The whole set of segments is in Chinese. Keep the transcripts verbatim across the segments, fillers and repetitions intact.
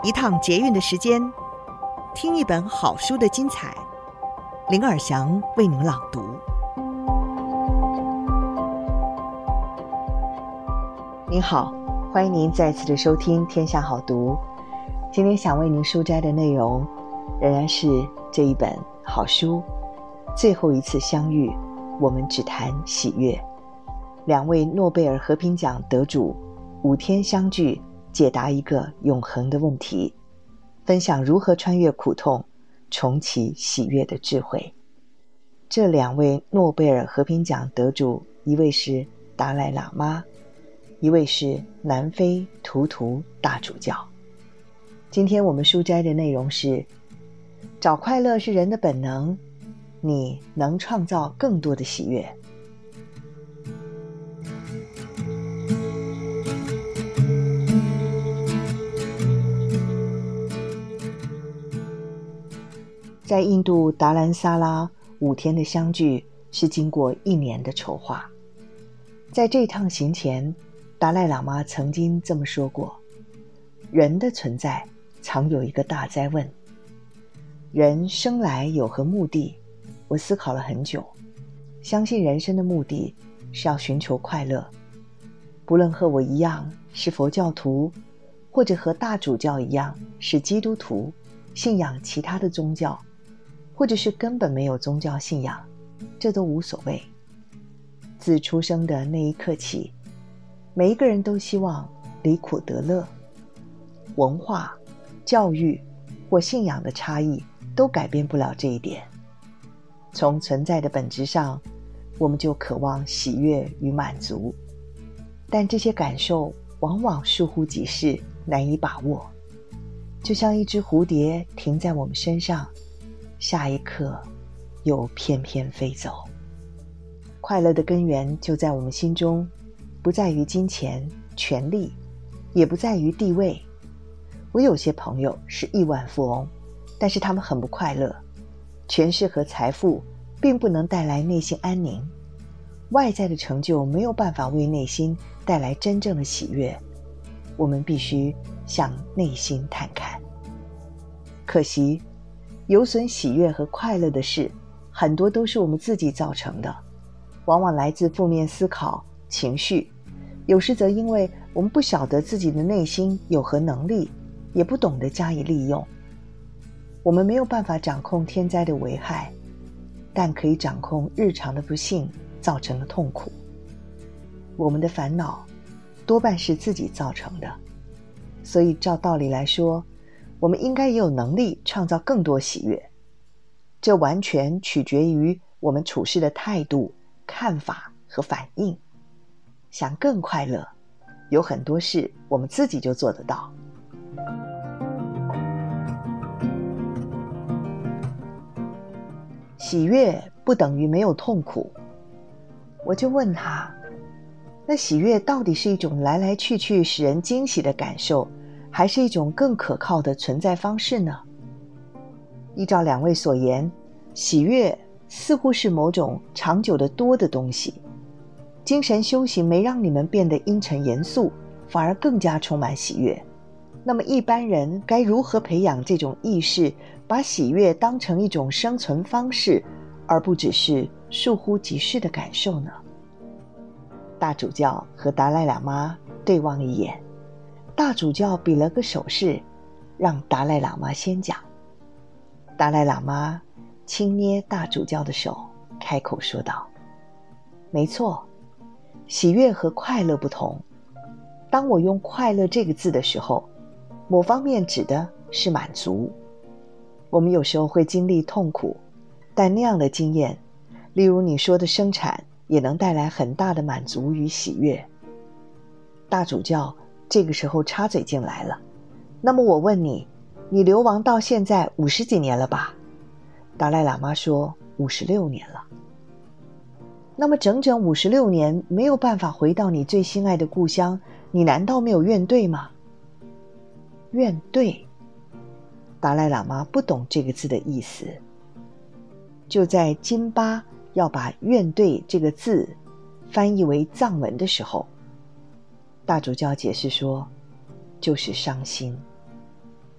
一趟捷运的时间，听一本好书的精彩。林尔祥为您朗读。您好，欢迎您再次的收听《天下好读》。今天想为您书摘的内容，仍然是这一本好书《最后一次相遇，我们只谈喜悦》。两位诺贝尔和平奖得主五天相聚，解答一个永恒的问题，分享如何穿越苦痛，重启喜悦的智慧。这两位诺贝尔和平奖得主，一位是达赖喇嘛，一位是南非图图大主教。今天我们书摘的内容是：找快乐是人的本能，你能创造更多的喜悦。在印度达兰萨拉五天的相聚是经过一年的筹划。在这趟行前，达赖喇嘛曾经这么说过：人的存在常有一个大哉问，人生来有何目的？我思考了很久，相信人生的目的是要寻求快乐。不论和我一样是佛教徒，或者和大主教一样是基督徒，信仰其他的宗教，或者是根本没有宗教信仰，这都无所谓。自出生的那一刻起，每一个人都希望离苦得乐。文化、教育或信仰的差异都改变不了这一点。从存在的本质上，我们就渴望喜悦与满足，但这些感受往往疏忽即逝，难以把握。就像一只蝴蝶停在我们身上，下一刻又翩翩飞走。快乐的根源就在我们心中，不在于金钱、权力，也不在于地位。我有些朋友是亿万富翁，但是他们很不快乐。权势和财富并不能带来内心安宁，外在的成就没有办法为内心带来真正的喜悦。我们必须向内心探看。可惜有损喜悦和快乐的事，很多都是我们自己造成的，往往来自负面思考、情绪，有时则因为我们不晓得自己的内心有何能力，也不懂得加以利用。我们没有办法掌控天灾的危害，但可以掌控日常的不幸造成的痛苦。我们的烦恼多半是自己造成的，所以照道理来说，我们应该也有能力创造更多喜悦。这完全取决于我们处事的态度、看法和反应。想更快乐，有很多事我们自己就做得到。喜悦不等于没有痛苦。我就问他，那喜悦到底是一种来来去去使人惊喜的感受，还是一种更可靠的存在方式呢？依照两位所言，喜悦似乎是某种长久的多的东西。精神修行没让你们变得阴沉严肃，反而更加充满喜悦。那么一般人该如何培养这种意识，把喜悦当成一种生存方式，而不只是疏忽即逝的感受呢？大主教和达赖喇嘛对望一眼，大主教比了个手势，让达赖喇嘛先讲。达赖喇嘛轻捏大主教的手，开口说道：没错，喜悦和快乐不同。当我用快乐这个字的时候，某方面指的是满足。我们有时候会经历痛苦，但那样的经验，例如你说的生产，也能带来很大的满足与喜悦。大主教这个时候插嘴进来了，那么我问你，你流亡到现在五十几年了吧？达赖喇嘛说五十六年了。那么整整五十六年没有办法回到你最心爱的故乡，你难道没有怨怼吗？怨怼，达赖喇嘛不懂这个字的意思。就在金巴要把怨怼这个字翻译为藏文的时候，大主教解释说，就是伤心。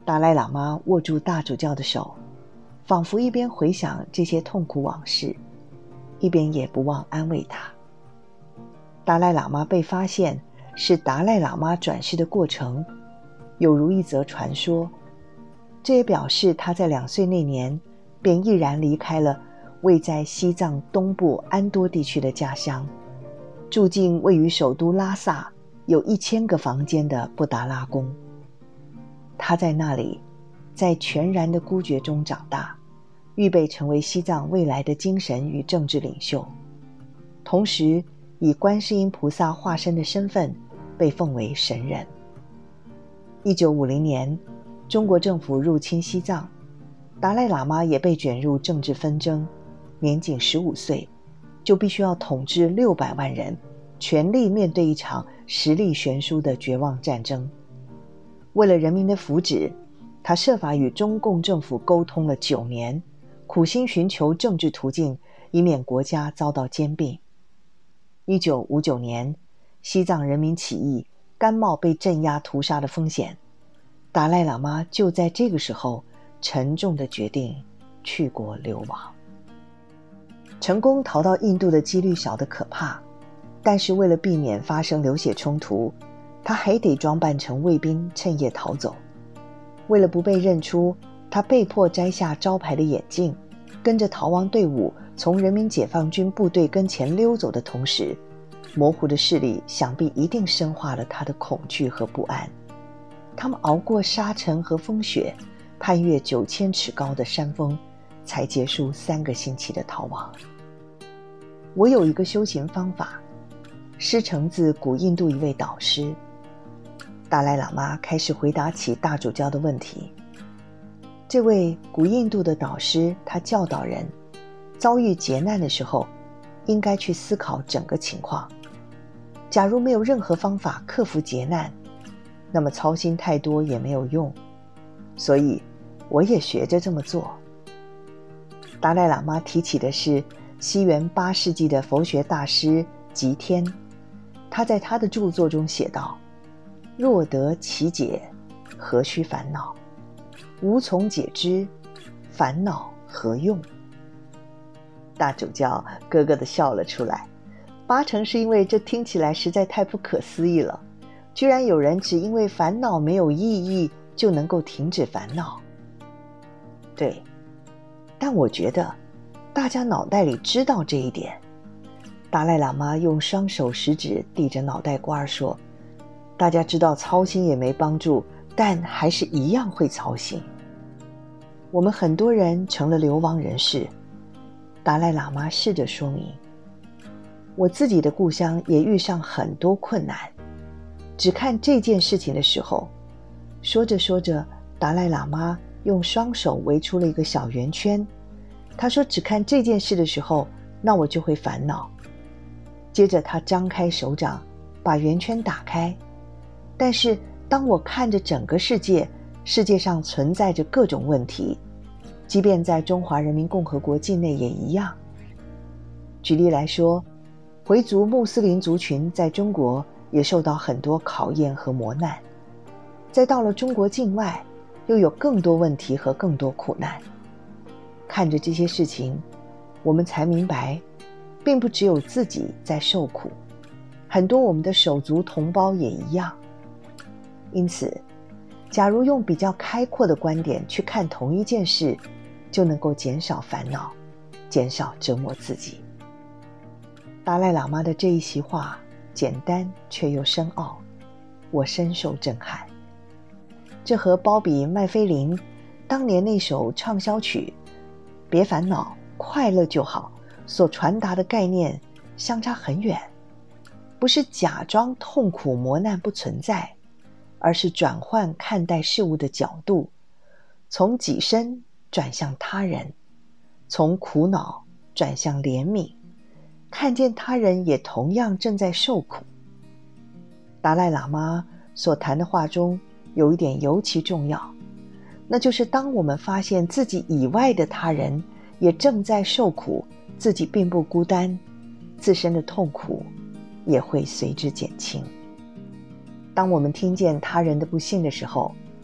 达赖喇嘛握住大主教的手，仿佛一边回想这些痛苦往事，一边也不忘安慰他。达赖喇嘛被发现是达赖喇嘛转世的过程，有如一则传说。这也表示他在两岁那年便毅然离开了位在西藏东部安多地区的家乡，住进位于首都拉萨有一千个房间的布达拉宫。他在那里在全然的孤绝中长大，预备成为西藏未来的精神与政治领袖，同时以观世音菩萨化身的身份被奉为神人。一九五零年，中国政府入侵西藏，达赖喇嘛也被卷入政治纷争，年仅十五岁就必须要统治六百万人，全力面对一场实力悬殊的绝望战争。为了人民的福祉，他设法与中共政府沟通了九年，苦心寻求政治途径，以免国家遭到兼并。一九五九年，西藏人民起义，甘冒被镇压屠杀的风险，达赖喇嘛就在这个时候沉重地决定去国流亡。成功逃到印度的几率小得可怕，但是为了避免发生流血冲突，他还得装扮成卫兵，趁夜逃走。为了不被认出，他被迫摘下招牌的眼镜，跟着逃亡队伍从人民解放军部队跟前溜走的同时，模糊的视力想必一定深化了他的恐惧和不安。他们熬过沙尘和风雪，攀越九千尺高的山峰，才结束三个星期的逃亡。我有一个修行方法，师承自古印度一位导师。达赖喇嘛开始回答起大主教的问题。这位古印度的导师，他教导人，遭遇劫难的时候，应该去思考整个情况。假如没有任何方法克服劫难，那么操心太多也没有用。所以，我也学着这么做。达赖喇嘛提起的是西元八世纪的佛学大师吉天，他在他的著作中写道：若得其解，何须烦恼？无从解之，烦恼何用？大主教咯咯地笑了出来，八成是因为这听起来实在太不可思议了，居然有人只因为烦恼没有意义就能够停止烦恼。对，但我觉得大家脑袋里知道这一点。达赖喇嘛用双手食指抵着脑袋瓜说，大家知道操心也没帮助，但还是一样会操心。我们很多人成了流亡人士。达赖喇嘛试着说明，我自己的故乡也遇上很多困难。只看这件事情的时候，说着说着，达赖喇嘛用双手围出了一个小圆圈。他说只看这件事的时候，那我就会烦恼。接着他张开手掌，把圆圈打开。但是当我看着整个世界，世界上存在着各种问题，即便在中华人民共和国境内也一样。举例来说，回族穆斯林族群在中国也受到很多考验和磨难，再到了中国境外，又有更多问题和更多苦难。看着这些事情，我们才明白，并不只有自己在受苦，很多我们的手足同胞也一样。因此，假如用比较开阔的观点去看同一件事，就能够减少烦恼，减少折磨自己。达赖喇嘛的这一席话简单却又深奥，我深受震撼。这和包比麦菲林当年那首畅销曲《别烦恼，快乐就好》所传达的概念相差很远，不是假装痛苦磨难不存在，而是转换看待事物的角度，从己身转向他人，从苦恼转向怜悯，看见他人也同样正在受苦。达赖喇嘛所谈的话中有一点尤其重要，那就是当我们发现自己以外的他人也正在受苦，自己并不孤单，自身的痛苦也会随之减轻。当我们听见他人的不幸的时候，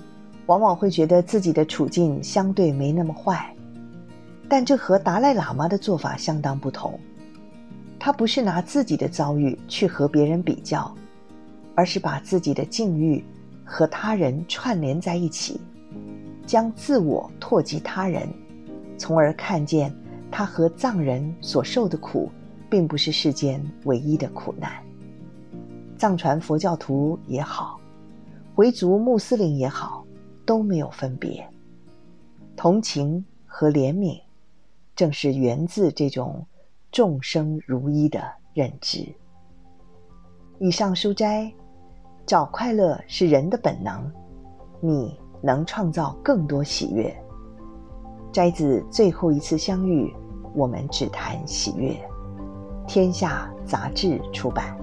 往往会觉得自己的处境相对没那么坏，但这和达赖喇嘛的做法相当不同。他不是拿自己的遭遇去和别人比较，而是把自己的境遇和他人串联在一起，将自我唾弃他人，从而看见他和藏人所受的苦并不是世间唯一的苦难。藏传佛教徒也好，回族穆斯林也好，都没有分别。同情和怜悯正是源自这种众生如一的认知。以上书摘，找快乐是人的本能，你能创造更多喜悦。摘自最后一次相遇，我们只谈喜悦。天下杂志出版。